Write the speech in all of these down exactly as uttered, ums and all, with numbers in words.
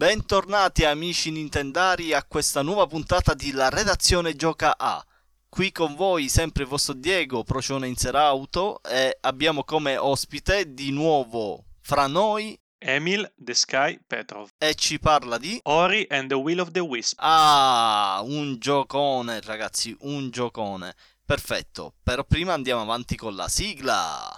Bentornati amici nintendari a questa nuova puntata di La Redazione Gioca A. Qui con voi sempre il vostro Diego, procione in serauto, e abbiamo come ospite di nuovo fra noi Emil The Sky Petrov e ci parla di Ori and the Will of the Wisp. Ah, un giocone ragazzi, un giocone. Perfetto, però prima andiamo avanti con la sigla.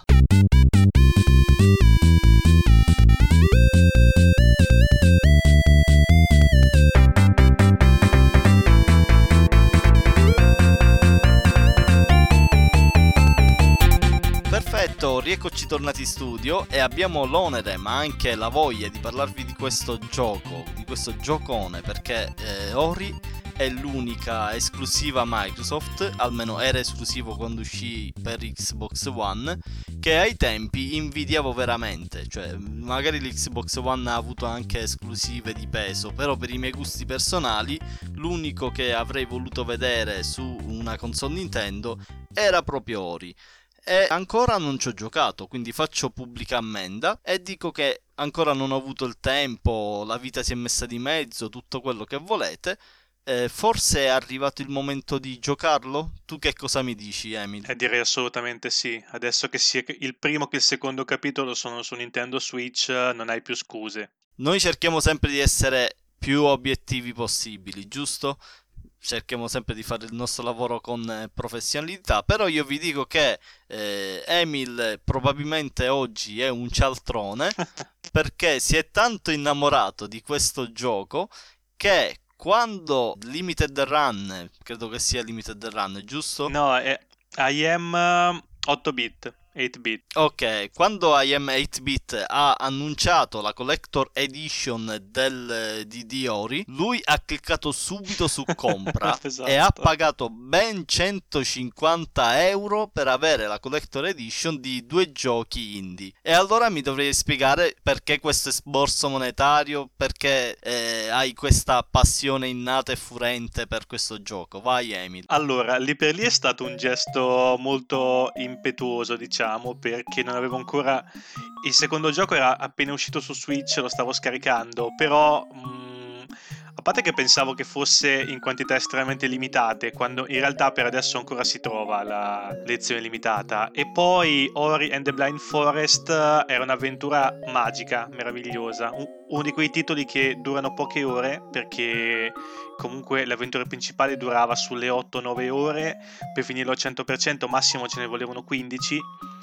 Perfetto, rieccoci tornati in studio e abbiamo l'onere ma anche la voglia di parlarvi di questo gioco, di questo giocone, perché eh, Ori è l'unica esclusiva Microsoft, almeno era esclusivo quando uscì per Xbox One, che ai tempi invidiavo veramente. Cioè, magari l'Xbox One ha avuto anche esclusive di peso, però per i miei gusti personali l'unico che avrei voluto vedere su una console Nintendo era proprio Ori. E ancora non ci ho giocato, quindi faccio pubblica ammenda e dico che ancora non ho avuto il tempo, la vita si è messa di mezzo, tutto quello che volete. Eh, forse è arrivato il momento di giocarlo? Tu che cosa mi dici, Emil? Eh, direi assolutamente sì. Adesso che sia il primo che il secondo capitolo sono su Nintendo Switch, non hai più scuse. Noi cerchiamo sempre di essere più obiettivi possibili, giusto? Cerchiamo sempre di fare il nostro lavoro con eh, professionalità, però io vi dico che eh, Emil probabilmente oggi è un cialtrone perché si è tanto innamorato di questo gioco che quando Limited Run, credo che sia Limited Run, giusto? No, è I am otto bit, otto bit. Ok, quando I am otto bit ha annunciato la Collector Edition del, di, di Ori, lui ha cliccato subito su compra Esatto. e ha pagato ben centocinquanta euro per avere la Collector Edition di due giochi indie. E allora mi dovrei spiegare perché questo esborso monetario, perché eh, hai questa passione innata e furente per questo gioco. Vai Emil. Allora, lì per lì è stato un gesto molto impetuoso, diciamo, perché non avevo ancora... Il secondo gioco era appena uscito su Switch, lo stavo scaricando, però... Mh, a parte che pensavo che fosse in quantità estremamente limitate, quando in realtà per adesso ancora si trova la lezione limitata. E poi Ori and the Blind Forest era un'avventura magica, meravigliosa. Uno di quei titoli che durano poche ore, perché comunque l'avventura principale durava sulle otto nove ore, per finirlo al cento per cento massimo ce ne volevano quindici,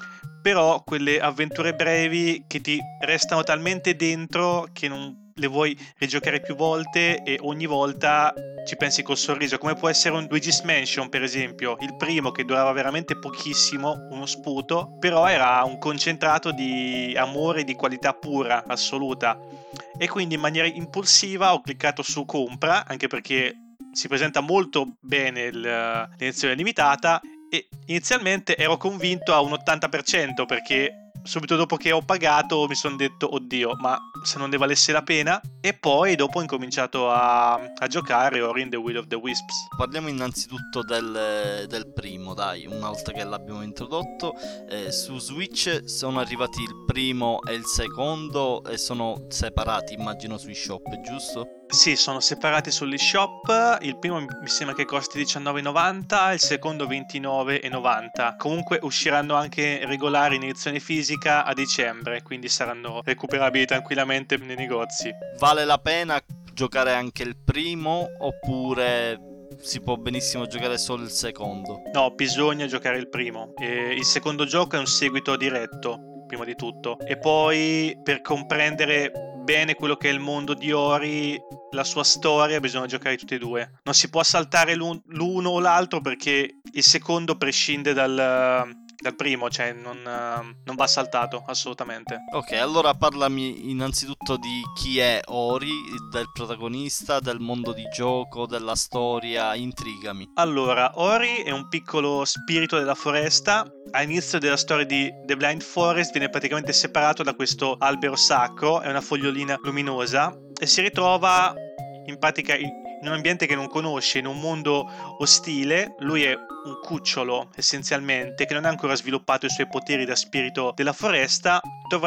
però quelle avventure brevi che ti restano talmente dentro che non le vuoi rigiocare più volte e ogni volta ci pensi col sorriso, come può essere un Luigi's Mansion per esempio, il primo che durava veramente pochissimo, uno sputo, però era un concentrato di amore, di qualità pura, assoluta. E quindi in maniera impulsiva ho cliccato su compra, anche perché si presenta molto bene l'edizione limitata, e inizialmente ero convinto a un ottanta per cento perché subito dopo che ho pagato mi sono detto oddio, ma se non ne valesse la pena. E poi dopo ho incominciato a, a giocare Ori and the Will of the Wisps. Parliamo innanzitutto del, del primo, dai, una volta che l'abbiamo introdotto. Eh, su Switch sono arrivati il primo e il secondo e sono separati, immagino, sui shop, giusto? Sì, sono separati sull'eShop. Il primo mi sembra che costi diciannove e novanta, il secondo ventinove e novanta. Comunque usciranno anche regolari in edizione fisica a dicembre, quindi saranno recuperabili tranquillamente nei negozi. Vale la pena giocare anche il primo oppure si può benissimo giocare solo il secondo? No, bisogna giocare il primo. E il secondo gioco è un seguito diretto, prima di tutto. E poi per comprendere bene quello che è il mondo di Ori, la sua storia, bisogna giocare tutti e due. Non si può saltare l'un- l'uno o l'altro perché il secondo prescinde dal, dal primo, cioè non, non va saltato assolutamente. Ok, allora parlami innanzitutto di chi è Ori, del protagonista, del mondo di gioco, della storia, intrigami. Allora, Ori è un piccolo spirito della foresta. All'inizio della storia di The Blind Forest viene praticamente separato da questo albero sacro, è una fogliolina luminosa, e si ritrova in pratica in un ambiente che non conosce, in un mondo ostile. Lui è un cucciolo essenzialmente che non ha ancora sviluppato i suoi poteri da spirito della foresta, dovrà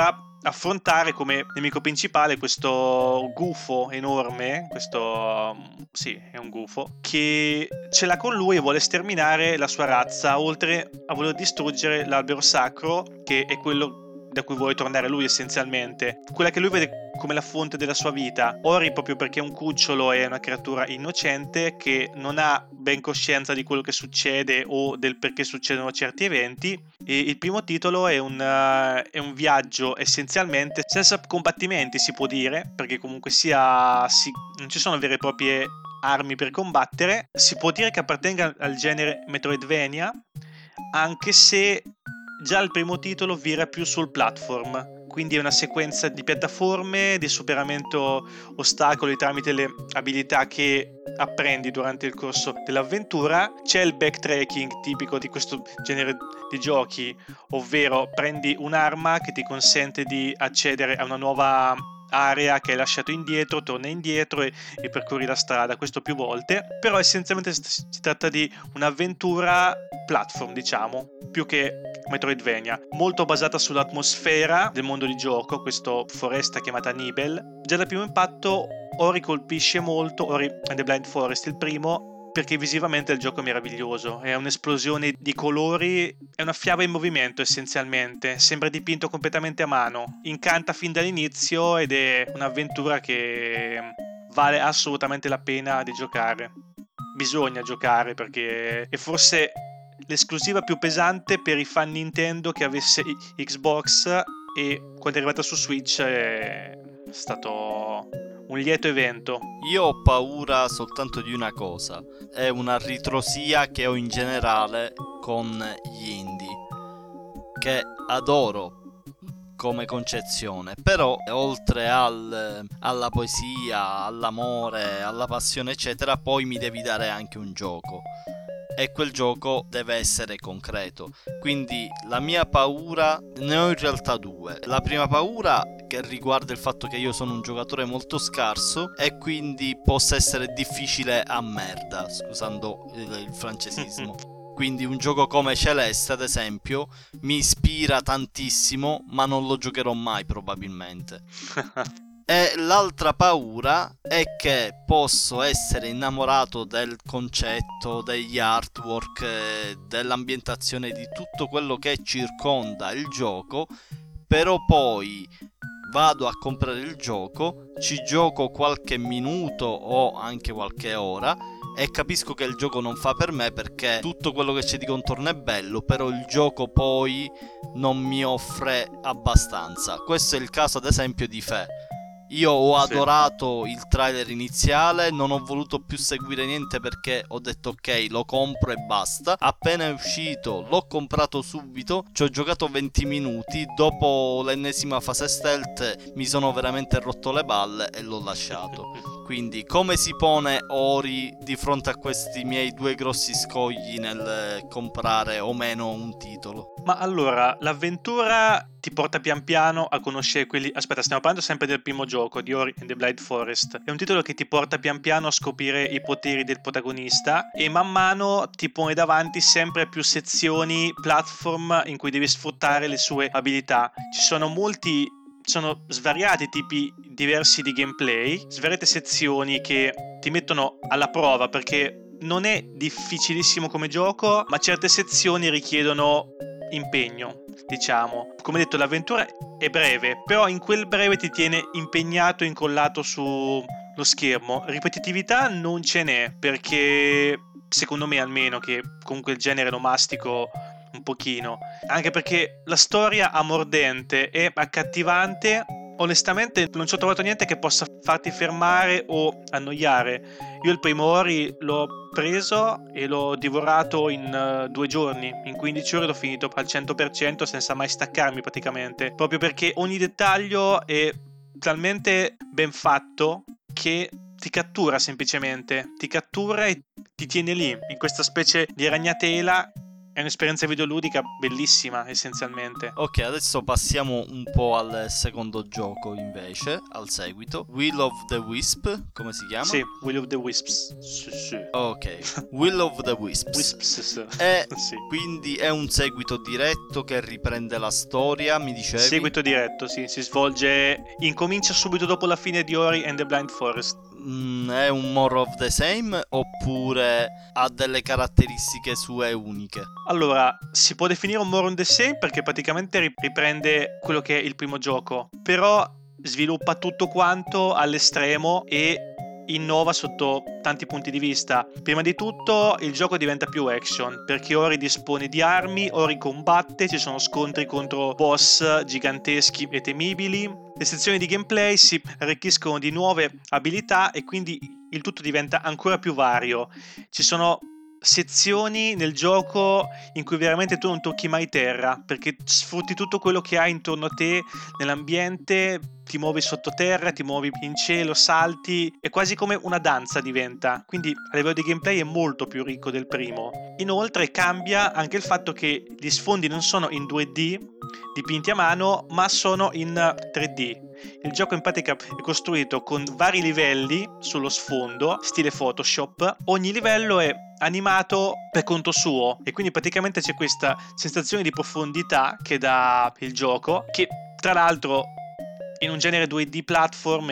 affrontare come nemico principale questo gufo enorme, questo sì, è un gufo, che ce l'ha con lui e vuole sterminare la sua razza, oltre a voler distruggere l'albero sacro, che è quello da cui vuole tornare lui essenzialmente, quella che lui vede come la fonte della sua vita. Ori, proprio perché è un cucciolo, è una creatura innocente che non ha ben coscienza di quello che succede o del perché succedono certi eventi, e il primo titolo è un, uh, è un viaggio essenzialmente senza combattimenti, si può dire, perché comunque sia si, non ci sono vere e proprie armi per combattere. Si può dire che appartenga al genere Metroidvania, anche se già il primo titolo vira più sul platform, quindi è una sequenza di piattaforme, di superamento ostacoli tramite le abilità che apprendi durante il corso dell'avventura. C'è il backtracking tipico di questo genere di giochi, ovvero prendi un'arma che ti consente di accedere a una nuova area che hai lasciato indietro, torna indietro e, e percorri la strada, questo più volte. Però essenzialmente si tratta di un'avventura platform, diciamo, più che Metroidvania, molto basata sull'atmosfera del mondo di gioco, questa foresta chiamata Nibel. Già dal primo impatto Ori colpisce molto, Ori and the Blind Forest il primo, perché visivamente il gioco è meraviglioso, è un'esplosione di colori, è una fiaba in movimento essenzialmente, sembra dipinto completamente a mano, incanta fin dall'inizio ed è un'avventura che vale assolutamente la pena di giocare. Bisogna giocare perché è forse l'esclusiva più pesante per i fan Nintendo che avesse Xbox, e quando è arrivata su Switch è stato un lieto evento. Io ho paura soltanto di una cosa, è una ritrosia che ho in generale con gli indie, che adoro come concezione, però oltre al, alla poesia, all'amore, alla passione eccetera, poi mi devi dare anche un gioco. E quel gioco deve essere concreto. Quindi la mia paura, ne ho in realtà due. La prima paura che riguarda il fatto che io sono un giocatore molto scarso e quindi possa essere difficile a merda, scusando il, il francesismo. Quindi un gioco come Celeste, ad esempio, mi ispira tantissimo, ma non lo giocherò mai probabilmente. E l'altra paura è che posso essere innamorato del concetto, degli artwork, dell'ambientazione, di tutto quello che circonda il gioco, però poi vado a comprare il gioco, ci gioco qualche minuto o anche qualche ora e capisco che il gioco non fa per me, perché tutto quello che c'è di contorno è bello, però il gioco poi non mi offre abbastanza. Questo è il caso ad esempio di Fe. Io ho adorato sì. il trailer iniziale, non ho voluto più seguire niente perché ho detto ok, lo compro e basta. Appena è uscito l'ho comprato subito, ci ho giocato venti minuti, dopo l'ennesima fase stealth mi sono veramente rotto le balle e l'ho lasciato. Quindi come si pone Ori di fronte a questi miei due grossi scogli nel comprare o meno un titolo? Ma allora, l'avventura ti porta pian piano a conoscere quelli... Aspetta, stiamo parlando sempre del primo gioco, di Ori and the Blind Forest. È un titolo che ti porta pian piano a scoprire i poteri del protagonista e man mano ti pone davanti sempre più sezioni platform in cui devi sfruttare le sue abilità. Ci sono molti... sono svariati tipi diversi di gameplay, svariate sezioni che ti mettono alla prova, perché non è difficilissimo come gioco, ma certe sezioni richiedono impegno, diciamo. Come detto, l'avventura è breve, però in quel breve ti tiene impegnato e incollato sullo schermo. Ripetitività non ce n'è, perché secondo me almeno, che comunque il genere lo mastico un pochino, anche perché la storia è mordente e accattivante. Onestamente non ci ho trovato niente che possa farti fermare o annoiare. Io il primo Ori l'ho preso e l'ho divorato in uh, due giorni, in quindici ore l'ho finito al cento per cento senza mai staccarmi praticamente, proprio perché ogni dettaglio è talmente ben fatto che ti cattura, semplicemente ti cattura e ti tiene lì in questa specie di ragnatela è un'esperienza videoludica bellissima, essenzialmente. Ok, adesso passiamo un po' al secondo gioco invece, al seguito. Will of the Wisp, come si chiama? Sì, Will of the Wisps. Sì, sì. Ok, Will of the Wisps. Wisps, sì. E Sì. quindi è un seguito diretto che riprende la storia, mi dicevi? Seguito diretto, sì, si svolge, incomincia subito dopo la fine di Ori and the Blind Forest. Mm, è un more of the same oppure ha delle caratteristiche sue uniche? Allora, si può definire un more on the same perché praticamente riprende quello che è il primo gioco, però sviluppa tutto quanto all'estremo e innova sotto tanti punti di vista. Prima di tutto il gioco diventa più action perché Ori dispone di armi, Ori combatte, ci sono scontri contro boss giganteschi e temibili. Le sezioni di gameplay si arricchiscono di nuove abilità e quindi il tutto diventa ancora più vario. Ci sono sezioni nel gioco in cui veramente tu non tocchi mai terra perché sfrutti tutto quello che hai intorno a te nell'ambiente, ti muovi sottoterra, ti muovi in cielo, salti, è quasi come una danza diventa, quindi a livello di gameplay è molto più ricco del primo. Inoltre cambia anche il fatto che gli sfondi non sono in due D dipinti a mano ma sono in tre D. Il gioco in pratica è costruito con vari livelli sullo sfondo, stile Photoshop. Ogni livello è animato per conto suo e quindi praticamente c'è questa sensazione di profondità che dà il gioco, che tra l'altro in un genere due D platform,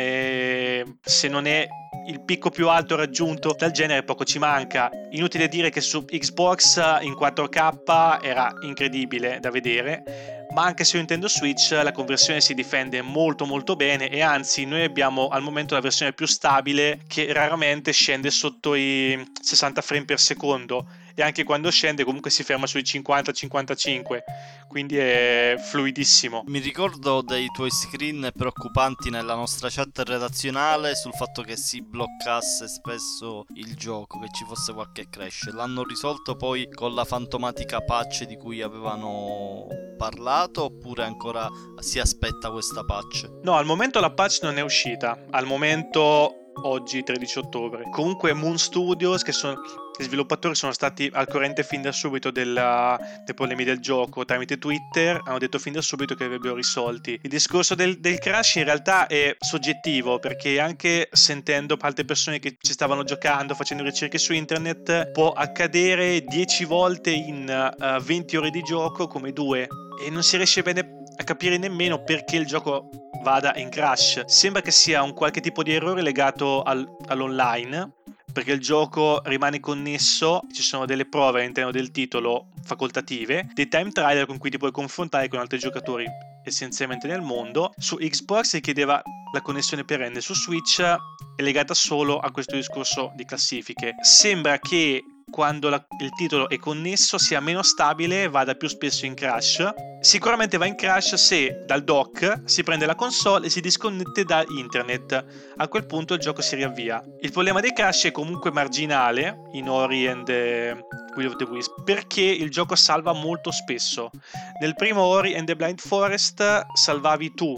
e se non è il picco più alto raggiunto dal genere poco ci manca. Inutile dire che su Xbox in quattro K era incredibile da vedere, ma anche su Nintendo Switch la conversione si difende molto molto bene e anzi noi abbiamo al momento la versione più stabile che raramente scende sotto i sessanta frame per secondo e anche quando scende comunque si ferma sui cinquanta cinquantacinque, quindi è fluidissimo. Mi ricordo dei tuoi screen preoccupanti nella nostra chat redazionale sul fatto che si bloccasse spesso il gioco, che ci fosse qualche crash. L'hanno risolto poi con la fantomatica patch di cui avevano parlato oppure ancora si aspetta questa patch? No, al momento la patch non è uscita, al momento oggi tredici ottobre. Comunque Moon Studios, che sono gli sviluppatori, sono stati al corrente fin da subito della, dei problemi del gioco tramite Twitter, hanno detto fin da subito che li avrebbero risolti. Il discorso del, del crash in realtà è soggettivo perché anche sentendo altre persone che ci stavano giocando, facendo ricerche su internet, può accadere dieci volte in uh, venti ore di gioco come due e non si riesce bene a capire nemmeno perché il gioco vada in crash. Sembra che sia un qualche tipo di errore legato al, all'online, perché il gioco rimane connesso, ci sono delle prove all'interno del titolo facoltative, dei time trial con cui ti puoi confrontare con altri giocatori essenzialmente nel mondo. Su Xbox richiedeva la connessione perenne, su Switch è legata solo a questo discorso di classifiche. Sembra che quando la, il titolo è connesso sia meno stabile e vada più spesso in crash. Sicuramente va in crash se dal dock si prende la console e si disconnette da internet. A quel punto il gioco si riavvia. Il problema dei crash è comunque marginale in Ori and the Will of the Wisp perché il gioco salva molto spesso. Nel primo Ori and the Blind Forest salvavi tu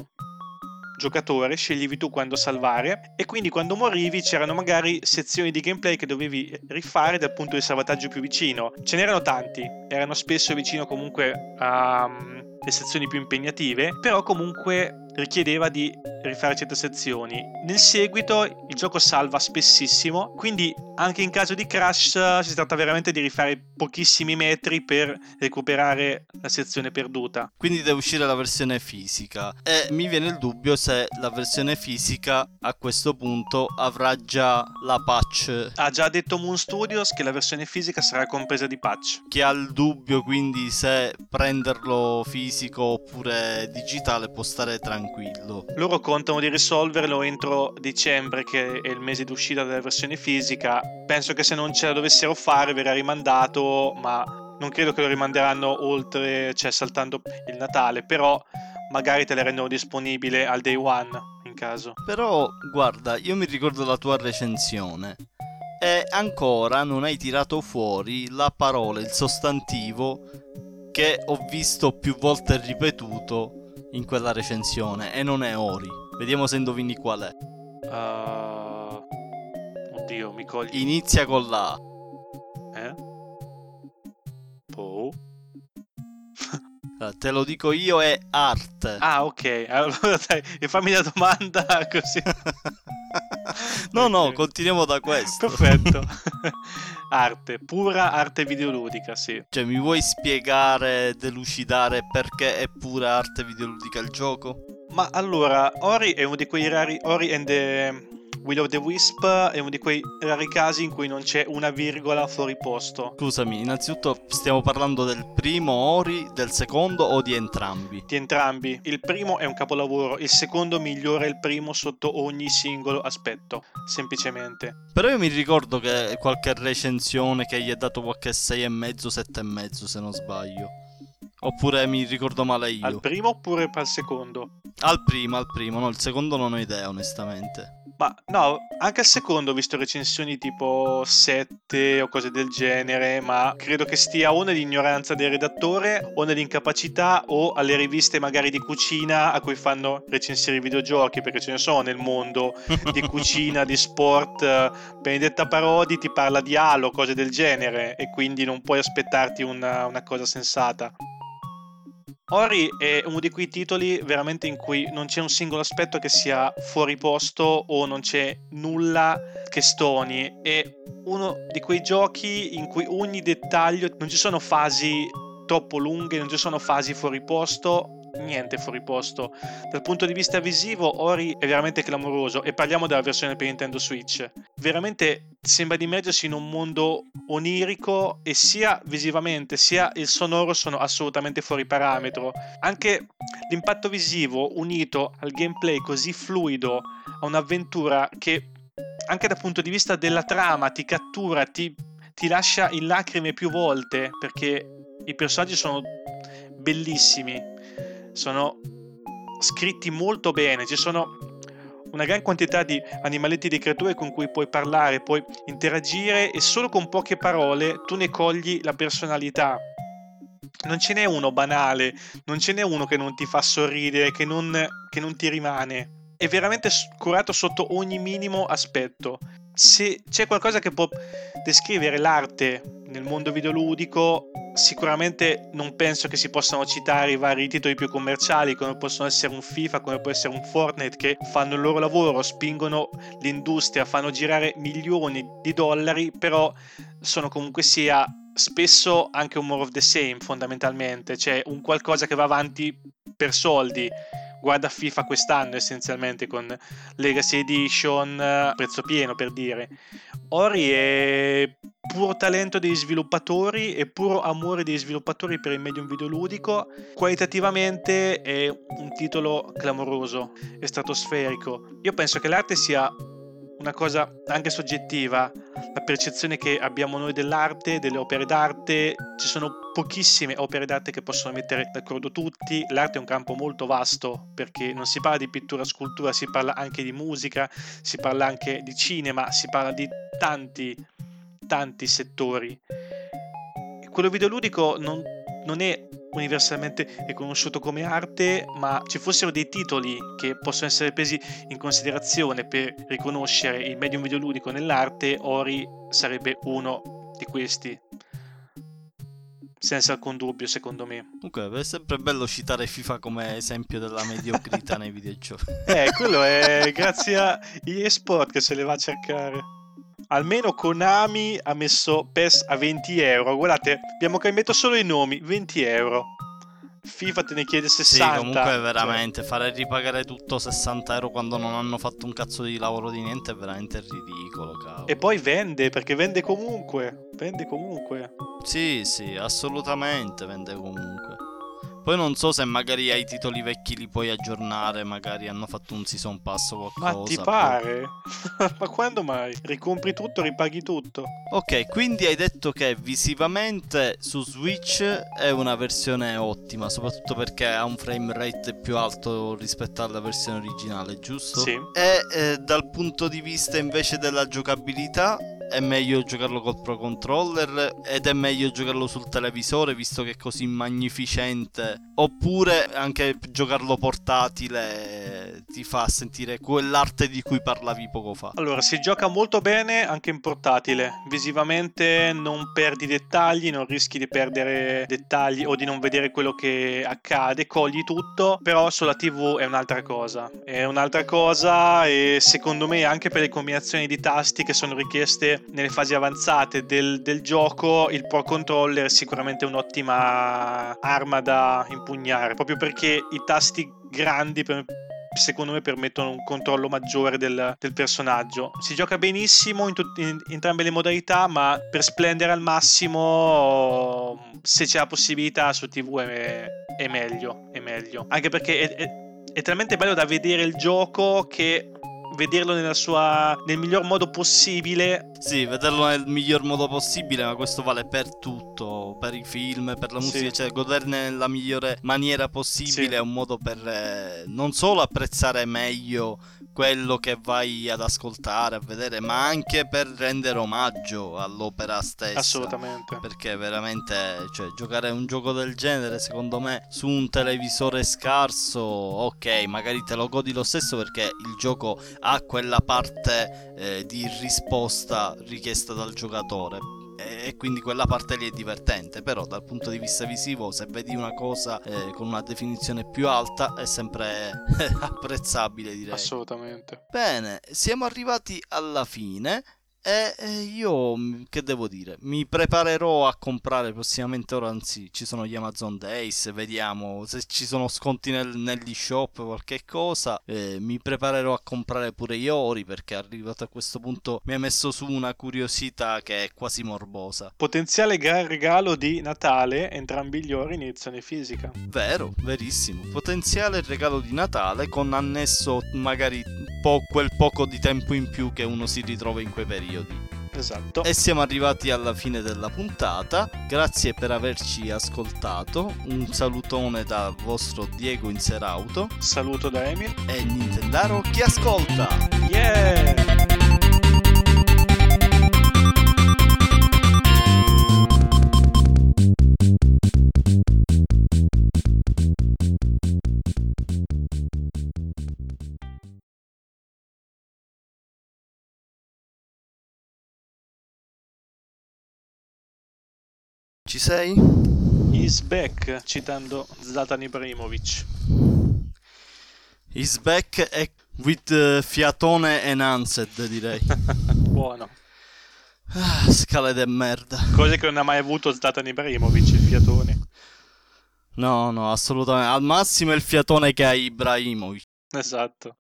giocatore, sceglievi tu quando salvare e quindi quando morivi c'erano magari sezioni di gameplay che dovevi rifare dal punto di salvataggio più vicino. Ce n'erano tanti, erano spesso vicino comunque a um, le sezioni più impegnative, però comunque richiedeva di rifare certe sezioni. Nel seguito il gioco salva spessissimo, quindi anche in caso di crash si tratta veramente di rifare pochissimi metri per recuperare la sezione perduta. Quindi deve uscire la versione fisica e mi viene il dubbio se la versione fisica a questo punto avrà già la patch. Ha già detto Moon Studios che la versione fisica sarà compresa di patch. Chi ha il dubbio quindi se prenderlo fisico oppure digitale può stare tranquillo. Loro contano di risolverlo entro dicembre, che è il mese di uscita della versione fisica. Penso che se non ce la dovessero fare verrà rimandato, ma non credo che lo rimanderanno oltre, cioè saltando il Natale, però magari te le rendono disponibile al day one in caso. Però guarda, io mi ricordo la tua recensione e ancora non hai tirato fuori la parola, il sostantivo che ho visto più volte ripetuto in quella recensione e non è Ori. Vediamo se indovini qual è. Uh... Oddio, mi cogli. Inizia con la A. Eh? Oh. Allora, te lo dico io, è arte. Ah, ok. Allora dai, e fammi la domanda così. No, Ok. no, continuiamo da questo. Perfetto. Arte, pura arte videoludica, sì. Cioè, mi vuoi spiegare, delucidare perché è pura arte videoludica il gioco? Ma allora, Ori è uno di quei rari... Ori and the Will of the Wisp è uno di quei rari casi in cui non c'è una virgola fuori posto. Scusami, innanzitutto stiamo parlando del primo Ori, del secondo o di entrambi? Di entrambi. Il primo è un capolavoro, il secondo migliora il primo sotto ogni singolo aspetto, semplicemente. Però io mi ricordo che qualche recensione che gli è dato qualche sei e mezzo, sette e mezzo se non sbaglio. Oppure mi ricordo male io. Al primo oppure al secondo? Al primo, al primo, no, il secondo non ho idea onestamente. Ma no, anche al secondo ho visto recensioni tipo sette o cose del genere, ma credo che stia o nell'ignoranza del redattore o nell'incapacità o alle riviste magari di cucina a cui fanno recensire i videogiochi, perché ce ne sono nel mondo di cucina, di sport. Benedetta Parodi ti parla di Halo, cose del genere, e quindi non puoi aspettarti una, una cosa sensata. Ori è uno di quei titoli veramente in cui non c'è un singolo aspetto che sia fuori posto o non c'è nulla che stoni. È uno di quei giochi in cui ogni dettaglio, non ci sono fasi troppo lunghe, non ci sono fasi fuori posto, niente fuori posto. Dal punto di vista visivo Ori è veramente clamoroso, e parliamo della versione per Nintendo Switch. Veramente sembra di immergersi in un mondo onirico, e sia visivamente sia il sonoro sono assolutamente fuori parametro. Anche l'impatto visivo unito al gameplay così fluido, a un'avventura che anche dal punto di vista della trama ti cattura, ti, ti lascia in lacrime più volte, perché i personaggi sono bellissimi, sono scritti molto bene, ci sono una gran quantità di animaletti, di creature con cui puoi parlare, puoi interagire, e solo con poche parole tu ne cogli la personalità. Non ce n'è uno banale, non ce n'è uno che non ti fa sorridere, che non, che non ti rimane. È veramente curato sotto ogni minimo aspetto. Se c'è qualcosa che può descrivere l'arte nel mondo videoludico, sicuramente non penso che si possano citare i vari titoli più commerciali, come possono essere un FIFA, come può essere un Fortnite, che fanno il loro lavoro, spingono l'industria, fanno girare milioni di dollari, però sono comunque sia spesso anche un more of the same, fondamentalmente, cioè un qualcosa che va avanti per soldi. Guarda FIFA quest'anno essenzialmente con Legacy Edition, prezzo pieno, per dire. Ori è puro talento degli sviluppatori e puro amore degli sviluppatori per il medium videoludico. Qualitativamente è un titolo clamoroso, è stratosferico. Io penso che l'arte sia una cosa anche soggettiva, la percezione che abbiamo noi dell'arte, delle opere d'arte. Ci sono pochissime opere d'arte che possono mettere d'accordo tutti. L'arte è un campo molto vasto, perché non si parla di pittura, scultura, si parla anche di musica, si parla anche di cinema, si parla di tanti tanti settori. Quello videoludico non, non è universalmente riconosciuto come arte, ma ci fossero dei titoli che possono essere presi in considerazione per riconoscere il medium videoludico nell'arte, Ori sarebbe uno di questi, senza alcun dubbio, secondo me. Comunque è sempre bello citare FIFA come esempio della mediocrità nei videogiochi. Eh, quello è grazie a E A Sport che se le va a cercare. Almeno Konami ha messo P E S a venti euro. Guardate, abbiamo cambiato solo i nomi, venti euro. FIFA te ne chiede sessanta. Sì, comunque veramente, cioè, fare ripagare tutto sessanta euro quando non hanno fatto un cazzo di lavoro di niente è veramente ridicolo, cavolo. E poi vende, perché vende comunque. Vende comunque. Sì, sì, assolutamente vende comunque. Poi non so se magari ai titoli vecchi li puoi aggiornare, magari hanno fatto un season pass o qualcosa. Ma ti pare? Ma quando mai? Ricompri tutto, ripaghi tutto. Ok, quindi hai detto che visivamente su Switch è una versione ottima, soprattutto perché ha un frame rate più alto rispetto alla versione originale, giusto? Sì. E eh, dal punto di vista invece della giocabilità, è meglio giocarlo col Pro Controller ed è meglio giocarlo sul televisore visto che è così magnificente, oppure anche giocarlo portatile ti fa sentire quell'arte di cui parlavi poco fa? Allora, si gioca molto bene anche in portatile. Visivamente non perdi dettagli, non rischi di perdere dettagli o di non vedere quello che accade, cogli tutto, però sulla tivù è un'altra cosa. È un'altra cosa e secondo me anche per le combinazioni di tasti che sono richieste nelle fasi avanzate del, del gioco, il Pro Controller è sicuramente un'ottima arma da impugnare, proprio perché i tasti grandi per secondo me permettono un controllo maggiore del, del personaggio. Si gioca benissimo in, tut- in entrambe le modalità, ma per splendere al massimo, se c'è la possibilità su tivù è, è meglio, è meglio. Anche perché è, è, è talmente bello da vedere il gioco che vederlo nella sua, nel miglior modo possibile. Sì, vederlo nel miglior modo possibile, ma questo vale per tutto, per i film, per la musica, Sì. cioè goderne nella migliore maniera possibile Sì. è un modo per eh, non solo apprezzare meglio quello che vai ad ascoltare, a vedere, ma anche per rendere omaggio all'opera stessa. Assolutamente. Perché veramente, cioè, giocare un gioco del genere, secondo me, su un televisore scarso, ok, magari te lo godi lo stesso perché il gioco ha quella parte eh, di risposta richiesta dal giocatore. E quindi quella parte lì è divertente, però dal punto di vista visivo, se vedi una cosa eh, con una definizione più alta, è sempre apprezzabile, direi. Assolutamente. Bene, siamo arrivati alla fine e eh, io, che devo dire, mi preparerò a comprare prossimamente, ora anzi ci sono gli Amazon Days, vediamo se ci sono sconti nel, negli shop, qualche cosa, eh, mi preparerò a comprare pure gli Ori perché arrivato a questo punto mi ha messo su una curiosità che è quasi morbosa. Potenziale gran regalo di Natale, entrambi gli ori in edizione fisica. Vero, verissimo, potenziale regalo di Natale con annesso magari po- quel poco di tempo in più che uno si ritrova in quei periodi. Esatto. E siamo arrivati alla fine della puntata, grazie per averci ascoltato, un salutone dal vostro Diego Inserauto Saluto da Emil e Nintendaro chi ascolta! Yeah! Ci sei? Is back, citando Zlatan Ibrahimovic. Is back e with uh, fiatone enhanced, direi. Buono. Ah, scale de merda. Cose che non ha mai avuto Zlatan Ibrahimovic, il fiatone. No, no, assolutamente. Al massimo il fiatone che ha Ibrahimovic. Esatto.